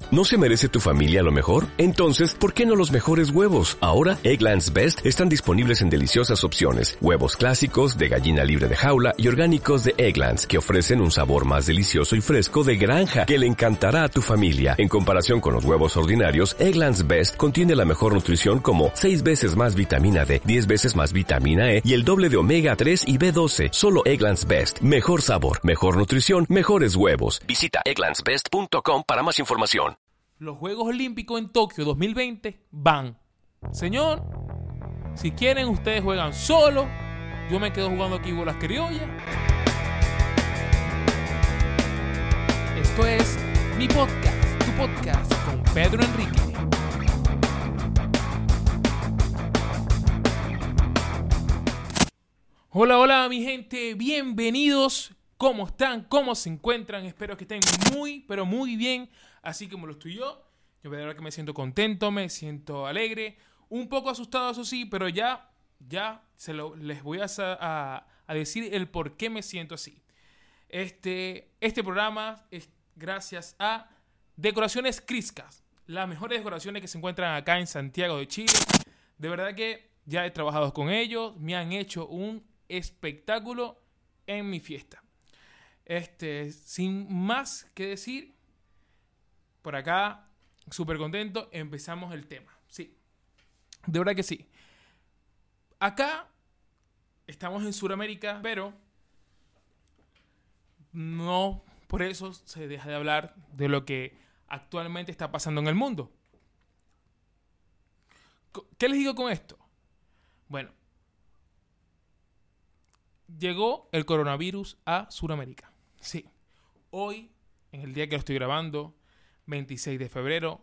¿No se merece tu familia lo mejor? Entonces, ¿por qué no los mejores huevos? Ahora, Eggland's Best están disponibles en deliciosas opciones. Huevos clásicos, de gallina libre de jaula y orgánicos de Eggland's, que ofrecen un sabor más delicioso y fresco de granja que le encantará a tu familia. En comparación con los huevos ordinarios, Eggland's Best contiene la mejor nutrición como 6 veces más vitamina D, 10 veces más vitamina E y el doble de omega 3 y B12. Solo Eggland's Best. Mejor sabor, mejor nutrición, mejores huevos. Visita egglandsbest.com para más información. Los Juegos Olímpicos en Tokio 2020 van. Señor, si quieren ustedes juegan solo. Yo me quedo jugando aquí bolas criollas. Esto es mi podcast, tu podcast con Pedro Enrique. Hola, hola mi gente, bienvenidos. ¿Cómo están? ¿Cómo se encuentran? Espero que estén muy, pero muy bien. Así como lo estoy yo. Yo de verdad que me siento contento, me siento alegre. Un poco asustado, eso sí, pero ya les voy a decir el por qué me siento así. Este programa es gracias a Decoraciones Criscas. Las mejores decoraciones que se encuentran acá en Santiago de Chile. De verdad que ya he trabajado con ellos. Me han hecho un espectáculo en mi fiesta. Sin más que decir, por acá, súper contento, empezamos el tema. Sí, de verdad que sí. Acá estamos en Sudamérica, pero no por eso se deja de hablar de lo que actualmente está pasando en el mundo. ¿Qué les digo con esto? Bueno, llegó el coronavirus a Sudamérica. Sí, hoy, en el día que lo estoy grabando, 26 de febrero,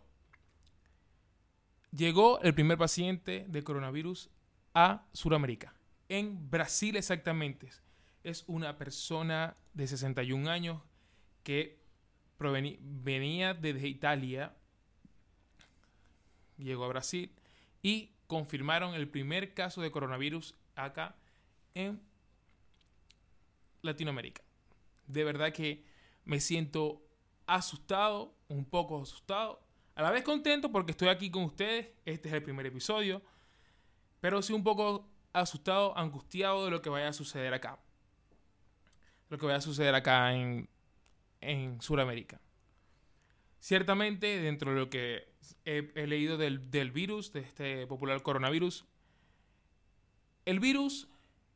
llegó el primer paciente de coronavirus a Sudamérica. En Brasil exactamente. Es una persona de 61 años que venía desde Italia, llegó a Brasil y confirmaron el primer caso de coronavirus acá en Latinoamérica. De verdad que me siento asustado, un poco asustado, a la vez contento porque estoy aquí con ustedes. Este es el primer episodio, pero sí un poco asustado, angustiado de lo que vaya a suceder acá. Lo que vaya a suceder acá en Sudamérica. Ciertamente, dentro de lo que he leído del virus, de este popular coronavirus, el virus,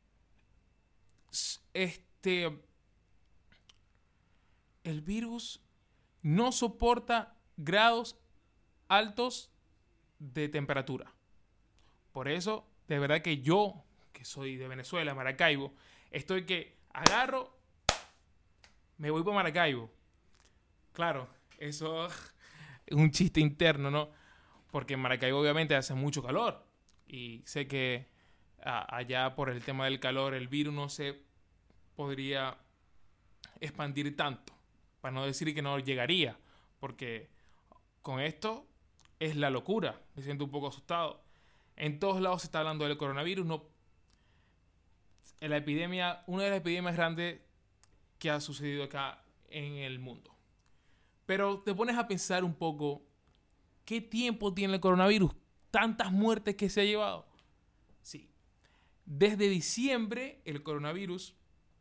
el virus no soporta grados altos de temperatura. Por eso, de verdad que yo, que soy de Venezuela, Maracaibo, estoy que agarro, me voy para Maracaibo. Claro, eso es un chiste interno, ¿no? Porque en Maracaibo obviamente hace mucho calor. Y sé que allá por el tema del calor el virus no se podría expandir tanto. Para no decir que no llegaría. Porque con esto es la locura. Me siento un poco asustado. En todos lados se está hablando del coronavirus. No, en la epidemia, una de las epidemias grandes que ha sucedido acá en el mundo. Pero te pones a pensar un poco, ¿qué tiempo tiene el coronavirus? Tantas muertes que se ha llevado. Sí. Desde diciembre el coronavirus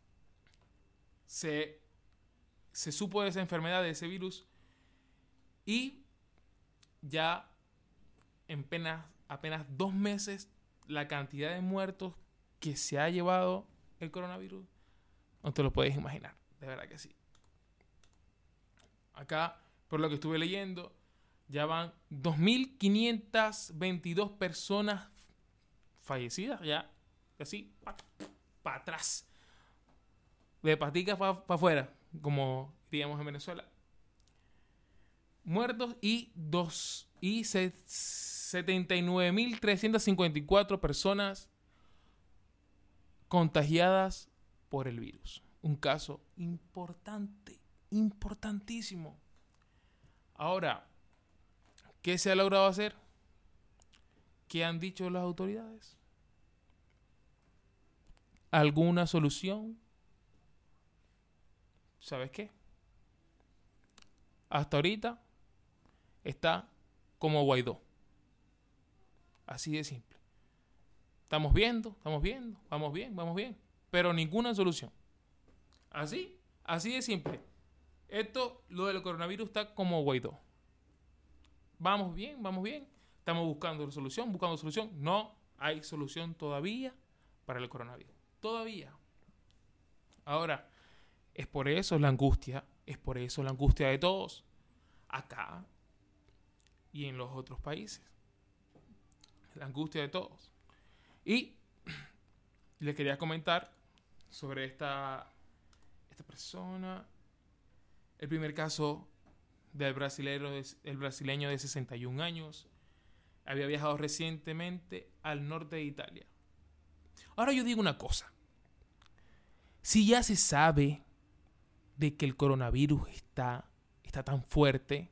se supo de esa enfermedad, de ese virus, y ya en apenas 2 meses la cantidad de muertos que se ha llevado el coronavirus no te lo puedes imaginar, de verdad que sí. Acá, por lo que estuve leyendo, ya van 2.522 personas fallecidas, ya así, para atrás, de paticas para afuera, como diríamos en Venezuela. Muertos y 79.354 personas contagiadas por el virus. Un caso importante, importantísimo. Ahora, ¿qué se ha logrado hacer? ¿Qué han dicho las autoridades? ¿Alguna solución? ¿Sabes qué? Hasta ahorita está como Guaidó. Así de simple. Vamos bien, vamos bien. Pero ninguna solución. Así de simple. Lo del coronavirus está como Guaidó. Vamos bien. Estamos buscando solución. No hay solución todavía para el coronavirus. Todavía. Ahora, es por eso la angustia de todos. Acá y en los otros países. La angustia de todos. Y les quería comentar sobre esta persona. El primer caso del brasileño de 61 años. Había viajado recientemente al norte de Italia. Ahora yo digo una cosa. Si ya se sabe de que el coronavirus está tan fuerte,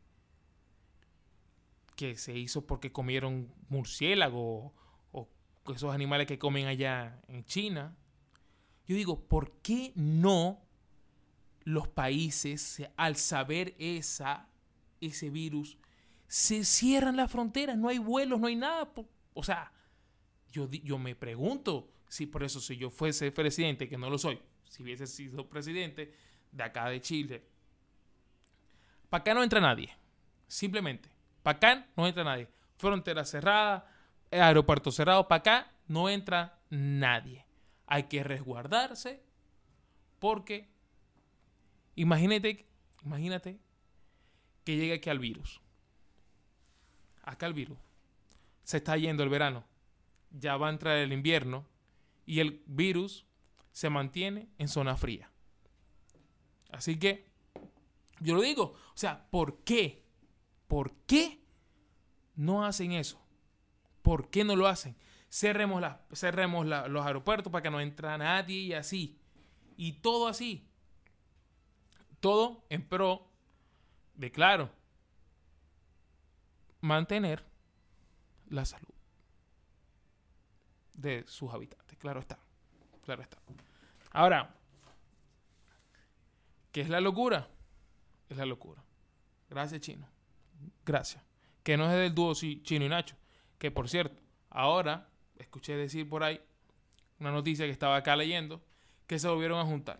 que se hizo porque comieron murciélago o esos animales que comen allá en China, yo digo, ¿por qué no los países, al saber ese virus, se cierran las fronteras? No hay vuelos, no hay nada. O sea, yo me pregunto, si yo fuese presidente, que no lo soy, si hubiese sido presidente de acá de Chile, para acá no entra nadie. Simplemente, para acá no entra nadie. Frontera cerrada, aeropuerto cerrado, para acá no entra nadie. Hay que resguardarse porque imagínate que llegue aquí al virus. Acá el virus. Se está yendo el verano. Ya va a entrar el invierno y el virus se mantiene en zona fría. Así que yo lo digo, o sea, ¿por qué? ¿Por qué no hacen eso? ¿Por qué no lo hacen? Cerremos los aeropuertos para que no entre nadie y así. Y todo así. Todo en pro de, claro, mantener la salud de sus habitantes. Claro está. Ahora, ¿qué es la locura? Es la locura. Gracias, Chino. Gracias. Que no es del dúo Chino y Nacho. Que, por cierto, ahora escuché decir por ahí una noticia que estaba acá leyendo, que se volvieron a juntar.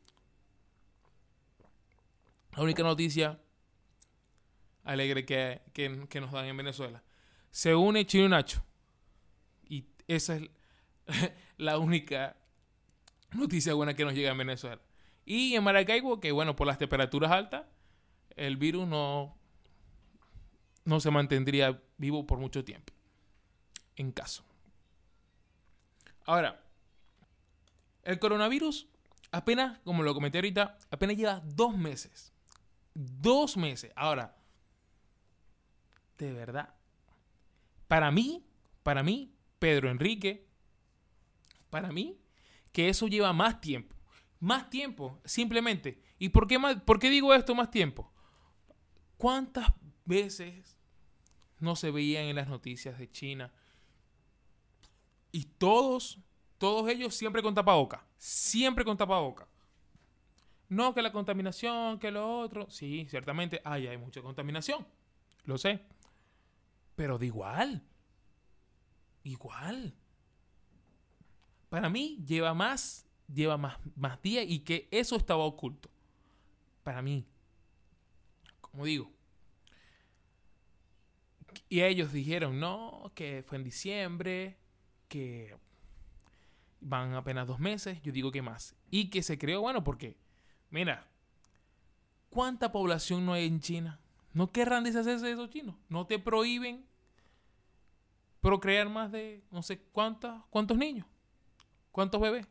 La única noticia alegre que nos dan en Venezuela. Se une Chino y Nacho. Y esa es la única noticia buena que nos llega en Venezuela. Y en Maracaibo, que bueno, por las temperaturas altas, el virus no se mantendría vivo por mucho tiempo. En caso. Ahora, el coronavirus apenas, como lo comenté ahorita, apenas lleva 2 meses. 2 meses. Ahora, de verdad, para mí, Pedro Enrique, para mí, que eso lleva más tiempo. Más tiempo, simplemente. ¿Y por qué digo esto más tiempo? ¿Cuántas veces no se veían en las noticias de China? Y todos ellos siempre con tapabocas. Siempre con tapabocas. No, que la contaminación, que lo otro. Sí, ciertamente hay mucha contaminación. Lo sé. Pero de igual. Para mí lleva más días y que eso estaba oculto. Para mí. Como digo. Y ellos dijeron, no, que fue en diciembre, que van apenas 2 meses. Yo digo que más. Y que se creó, bueno, porque, mira, ¿cuánta población no hay en China? ¿No querrán deshacerse de esos chinos? ¿No te prohíben procrear más de no sé cuántos niños? ¿Cuántos bebés?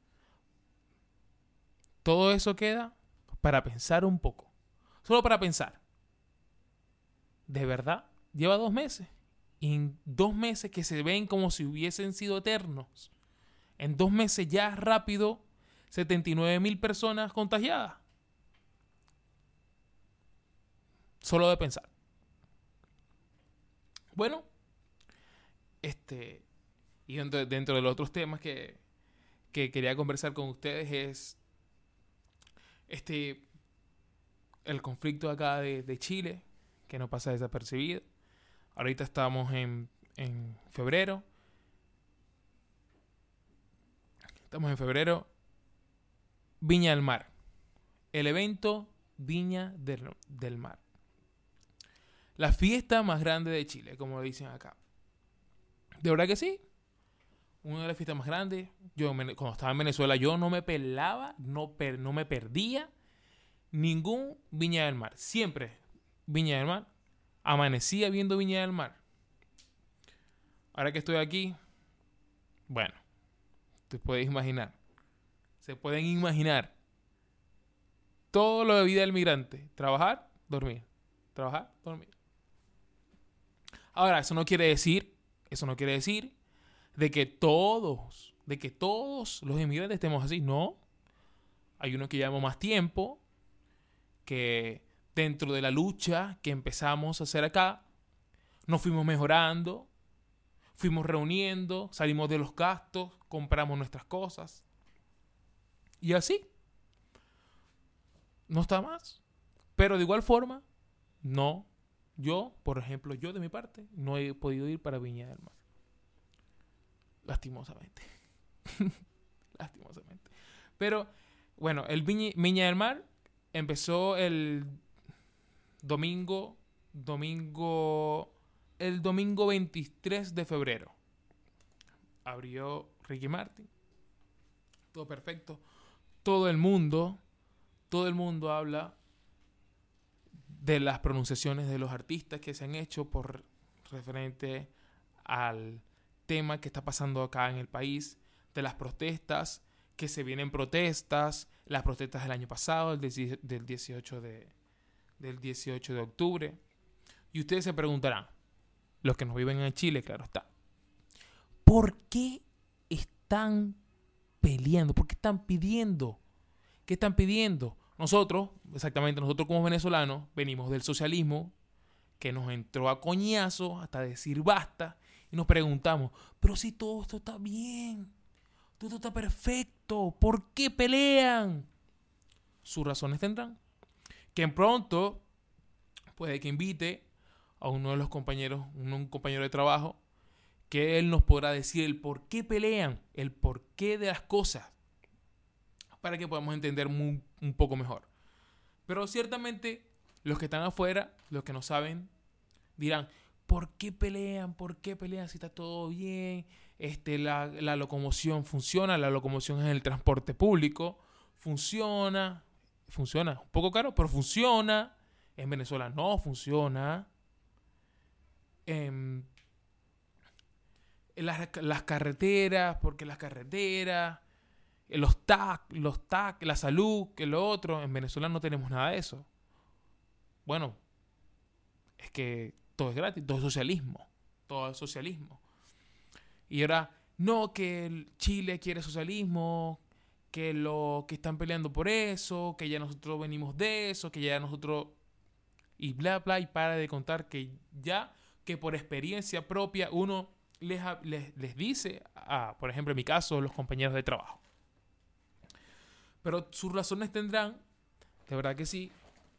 Todo eso queda para pensar un poco. Solo para pensar. ¿De verdad? Lleva 2 meses. Y en 2 meses que se ven como si hubiesen sido eternos. En 2 meses ya rápido 79,000 personas contagiadas. Solo de pensar. Bueno. Y dentro de los otros temas que quería conversar con ustedes es el conflicto acá de Chile, que no pasa desapercibido. Ahorita estamos en febrero. Estamos en febrero. Viña del Mar. El evento Viña del Mar. La fiesta más grande de Chile, como dicen acá. De verdad que sí. Una de las fiestas más grandes. Cuando estaba en Venezuela, yo no me pelaba, no me perdía ningún Viña del Mar. Siempre Viña del Mar. Amanecía viendo Viña del Mar. Ahora que estoy aquí, bueno, te puedes imaginar. Se pueden imaginar todo lo de vida del migrante. Trabajar, dormir. Trabajar, dormir. Ahora, eso no quiere decir de que todos los inmigrantes estemos así. No. Hay unos que llevamos más tiempo, que dentro de la lucha que empezamos a hacer acá, nos fuimos mejorando, fuimos reuniendo, salimos de los gastos, compramos nuestras cosas. Y así. No está más. Pero de igual forma, no. Yo, por ejemplo, de mi parte, no he podido ir para Viña del Mar. Lastimosamente. Lastimosamente. Pero, bueno, el Viña del Mar empezó el domingo 23 de febrero. Abrió Ricky Martin. Todo perfecto. Todo el mundo habla de las pronunciaciones de los artistas que se han hecho por referente al tema que está pasando acá en el país, de las protestas, que se vienen protestas, las protestas del año pasado, del 18 de octubre. Y ustedes se preguntarán, los que nos viven en Chile, claro está, ¿por qué están peleando? ¿Por qué están pidiendo? ¿Qué están pidiendo? Nosotros como venezolanos, venimos del socialismo, que nos entró a coñazo hasta decir basta, y nos preguntamos, pero si todo esto está bien, todo esto está perfecto, ¿por qué pelean? Sus razones tendrán. Que pronto puede que invite a uno de los compañeros, un compañero de trabajo, que él nos podrá decir el por qué pelean, el por qué de las cosas, para que podamos entender un poco mejor. Pero ciertamente los que están afuera, los que no saben, dirán, ¿por qué pelean? ¿Por qué pelean si está todo bien? La locomoción funciona, la locomoción es el transporte público, funciona, un poco caro, pero funciona. En Venezuela no funciona. Las carreteras, porque las carreteras, los TAC, la salud, que lo otro. En Venezuela no tenemos nada de eso. Bueno, es que todo es gratis, todo es socialismo. Todo es socialismo. Y ahora, no, que Chile quiere socialismo, que están peleando por eso, que ya nosotros venimos de eso, que ya nosotros... Y bla, bla, y para de contar que por experiencia propia uno les dice, por ejemplo, en mi caso, los compañeros de trabajo. Pero sus razones tendrán, de verdad que sí,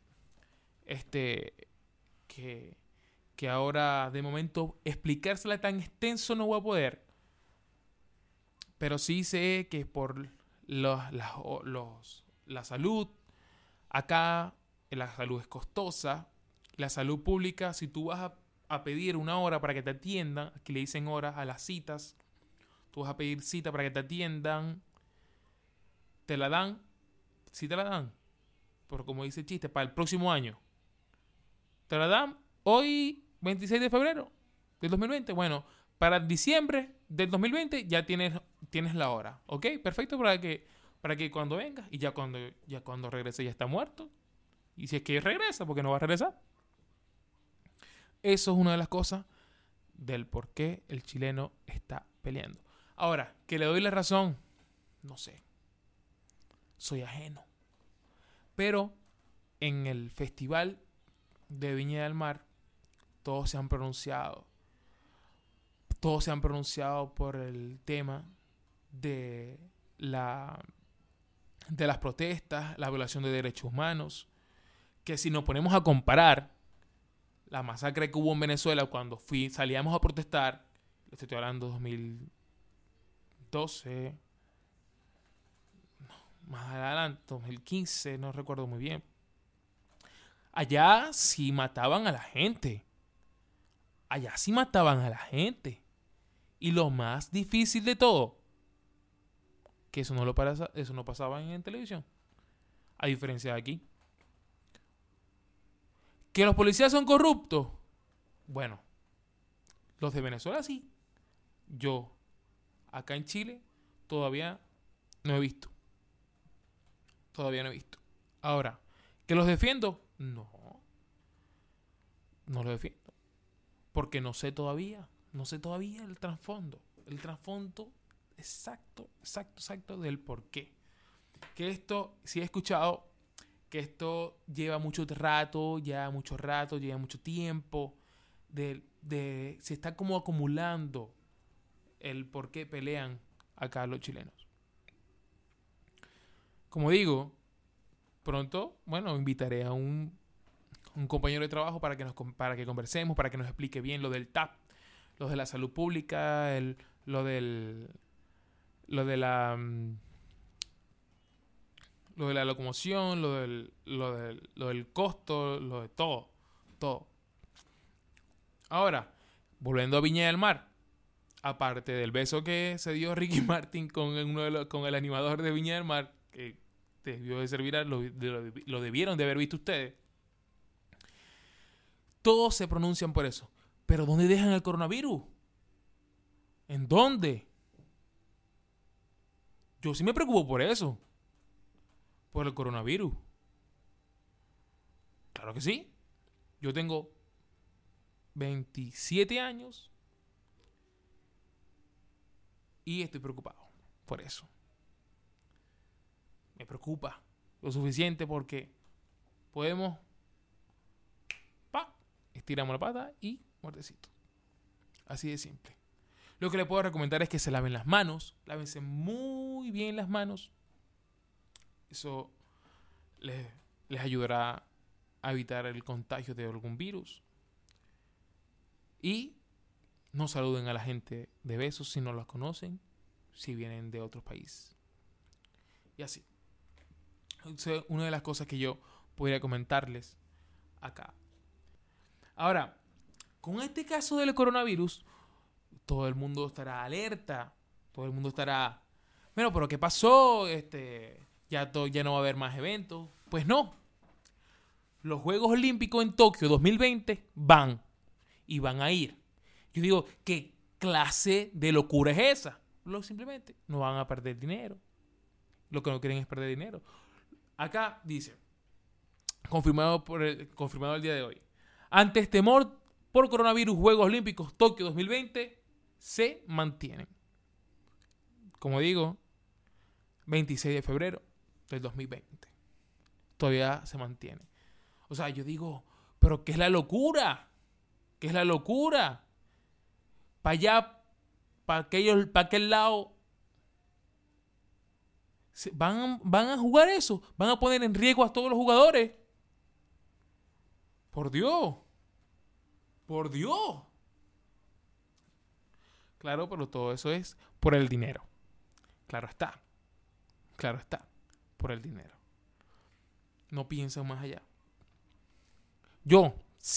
que ahora de momento explicársela tan extenso no voy a poder. Pero sí sé que por la salud, acá la salud es costosa. La salud pública, si tú vas a pedir una hora para que te atiendan, aquí le dicen horas a las citas, tú vas a pedir cita para que te atiendan, te la dan, sí te la dan, pero como dice el chiste, para el próximo año. Te la dan hoy, 26 de febrero del 2020. Bueno, para diciembre del 2020 ya tienes la hora. ¿Ok? Perfecto para que cuando vengas y ya cuando regrese ya está muerto. Y si es que regresa, porque no va a regresar. Eso es una de las cosas del por qué el chileno está peleando. Ahora, que le doy la razón, no sé. Soy ajeno. Pero en el festival de Viña del Mar, todos se han pronunciado por el tema de las protestas, la violación de derechos humanos, que si nos ponemos a comparar la masacre que hubo en Venezuela cuando salíamos a protestar, estoy hablando de 2012, más adelante, 2015, no recuerdo muy bien. Allá sí mataban a la gente. Allá sí mataban a la gente. Y lo más difícil de todo, que eso no pasaba en televisión. A diferencia de aquí. ¿Que los policías son corruptos? Bueno, los de Venezuela sí. Yo, acá en Chile, todavía no he visto. Ahora, ¿que los defiendo? No. No los defiendo. Porque no sé todavía el trasfondo. El trasfondo exacto del por qué. Que esto, sí he escuchado que esto lleva mucho tiempo. Se está como acumulando el por qué pelean acá los chilenos. Como digo, pronto, invitaré a un compañero de trabajo para que conversemos, para que nos explique bien lo del TAP, lo de la salud pública, lo de la locomoción, lo del costo, lo de todo. Ahora, volviendo a Viña del Mar, aparte del beso que se dio Ricky Martin con el animador de Viña del Mar, que debió de servir, lo debieron de haber visto ustedes. Todos se pronuncian por eso. ¿Pero dónde dejan el coronavirus? ¿En dónde? Yo sí me preocupo por eso. Por el coronavirus. Claro que sí. Yo tengo 27 años y estoy preocupado por eso. Me preocupa lo suficiente porque podemos... estiramos la pata y muertecito. Así de simple. Lo que le puedo recomendar es que se laven las manos. Lávense muy bien las manos. Eso les ayudará a evitar el contagio de algún virus. Y no saluden a la gente de besos si no los conocen, si vienen de otros países. Y así. Esa es una de las cosas que yo podría comentarles acá. Ahora, con este caso del coronavirus, todo el mundo estará alerta. Todo el mundo estará... Bueno, pero ¿qué pasó? Ya no va a haber más eventos. Pues no. Los Juegos Olímpicos en Tokio 2020 van. Y van a ir. Yo digo, ¿qué clase de locura es esa? Simplemente no van a perder dinero. Lo que no quieren es perder dinero. Acá dice, confirmado el día de hoy. Ante este temor por coronavirus, Juegos Olímpicos Tokio 2020 se mantienen. Como digo, 26 de febrero del 2020. Todavía se mantiene. O sea, yo digo, ¿pero qué es la locura? ¿Qué es la locura? Para allá, para aquel lado, van a jugar eso. Van a poner en riesgo a todos los jugadores. Por Dios. Por Dios. Claro, pero todo eso es por el dinero. Claro está. Por el dinero. No piensan más allá. Yo,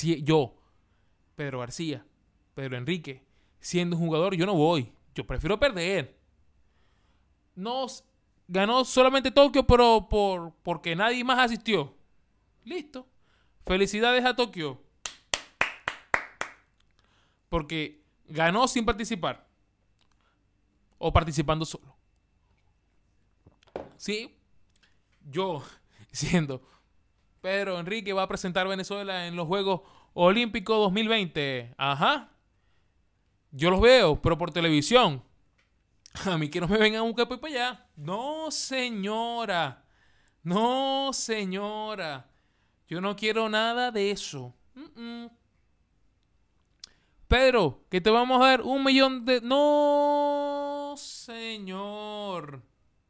Pedro García, Pedro Enrique, siendo un jugador, yo no voy. Yo prefiero perder. No ganó solamente Tokio, pero porque nadie más asistió. Listo. Felicidades a Tokio. Porque ganó sin participar. O participando solo. Sí. Yo, siendo Pedro Enrique, va a presentar a Venezuela en los Juegos Olímpicos 2020. Ajá. Yo los veo, pero por televisión. A mí que no me vengan a buscar para allá. No, señora. Yo no quiero nada de eso. Pedro, que te vamos a dar 1 millón de... No, señor.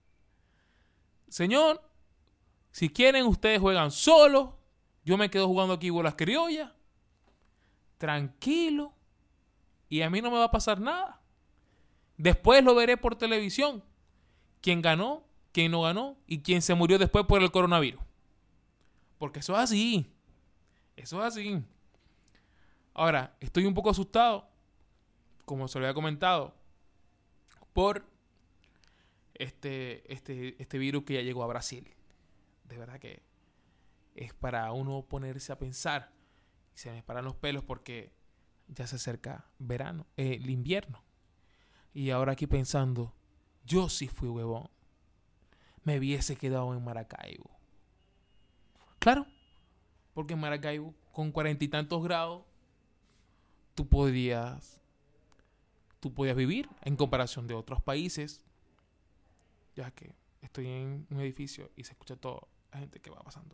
Señor, si quieren ustedes juegan solos. Yo me quedo jugando aquí bolas criollas. tranquilo, y a mí no me va a pasar nada. Después lo veré por televisión. Quién ganó, quién no ganó y quién se murió después por el coronavirus. Porque eso es así. Eso es así. Ahora, estoy un poco asustado, como se lo había comentado, por este virus que ya llegó a Brasil. De verdad que es para uno ponerse a pensar. Se me paran los pelos porque ya se acerca el invierno. Y ahora aquí pensando, yo sí fui huevón. Me hubiese quedado en Maracaibo. Claro, porque en Maracaibo, con 40 y tantos grados, tú podías vivir en comparación de otros países. Ya que estoy en un edificio y se escucha toda la gente que va pasando.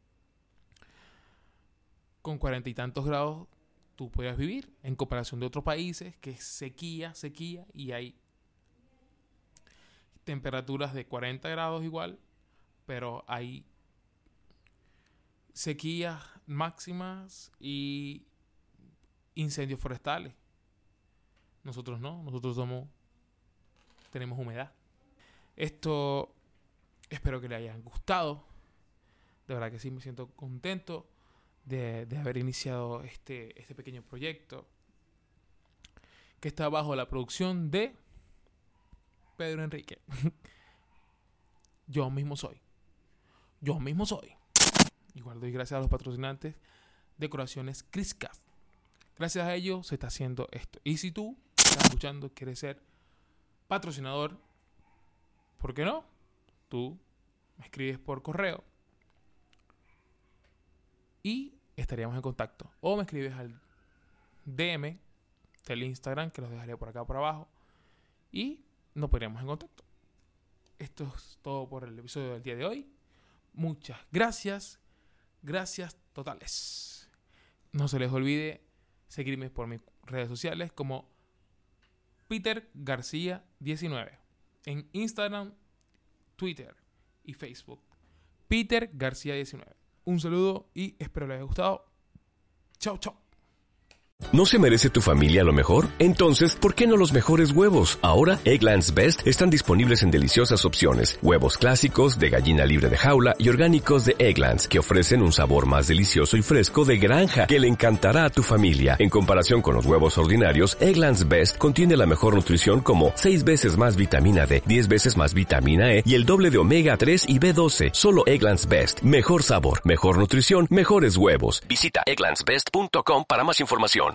Con 40 y tantos grados tú podías vivir en comparación de otros países que es sequía y hay temperaturas de 40 grados igual, pero hay sequías máximas y incendios forestales. Nosotros no, nosotros tenemos humedad. Esto espero que le hayan gustado. De verdad que sí, me siento contento de haber iniciado este pequeño proyecto que está bajo la producción de Pedro Enrique. Yo mismo soy. Igual doy gracias a los patrocinantes Decoraciones Criscas. Gracias a ellos se está haciendo esto. Y si tú estás escuchando, quieres ser patrocinador, ¿por qué no? Tú me escribes por correo y estaríamos en contacto. O me escribes al DM del Instagram, que los dejaré por acá por abajo, y nos pondríamos en contacto. Esto es todo por el episodio del día de hoy. Muchas gracias. Gracias totales. No se les olvide seguirme por mis redes sociales como Peter García 19 en Instagram, Twitter y Facebook. Peter García 19. Un saludo y espero les haya gustado. Chao, chao. ¿No se merece tu familia lo mejor? Entonces, ¿por qué no los mejores huevos? Ahora, Eggland's Best están disponibles en deliciosas opciones. Huevos clásicos, de gallina libre de jaula y orgánicos de Eggland's, que ofrecen un sabor más delicioso y fresco de granja que le encantará a tu familia. En comparación con los huevos ordinarios, Eggland's Best contiene la mejor nutrición como 6 veces más vitamina D, 10 veces más vitamina E y el doble de omega 3 y B12. Solo Eggland's Best. Mejor sabor, mejor nutrición, mejores huevos. Visita egglandsbest.com para más información.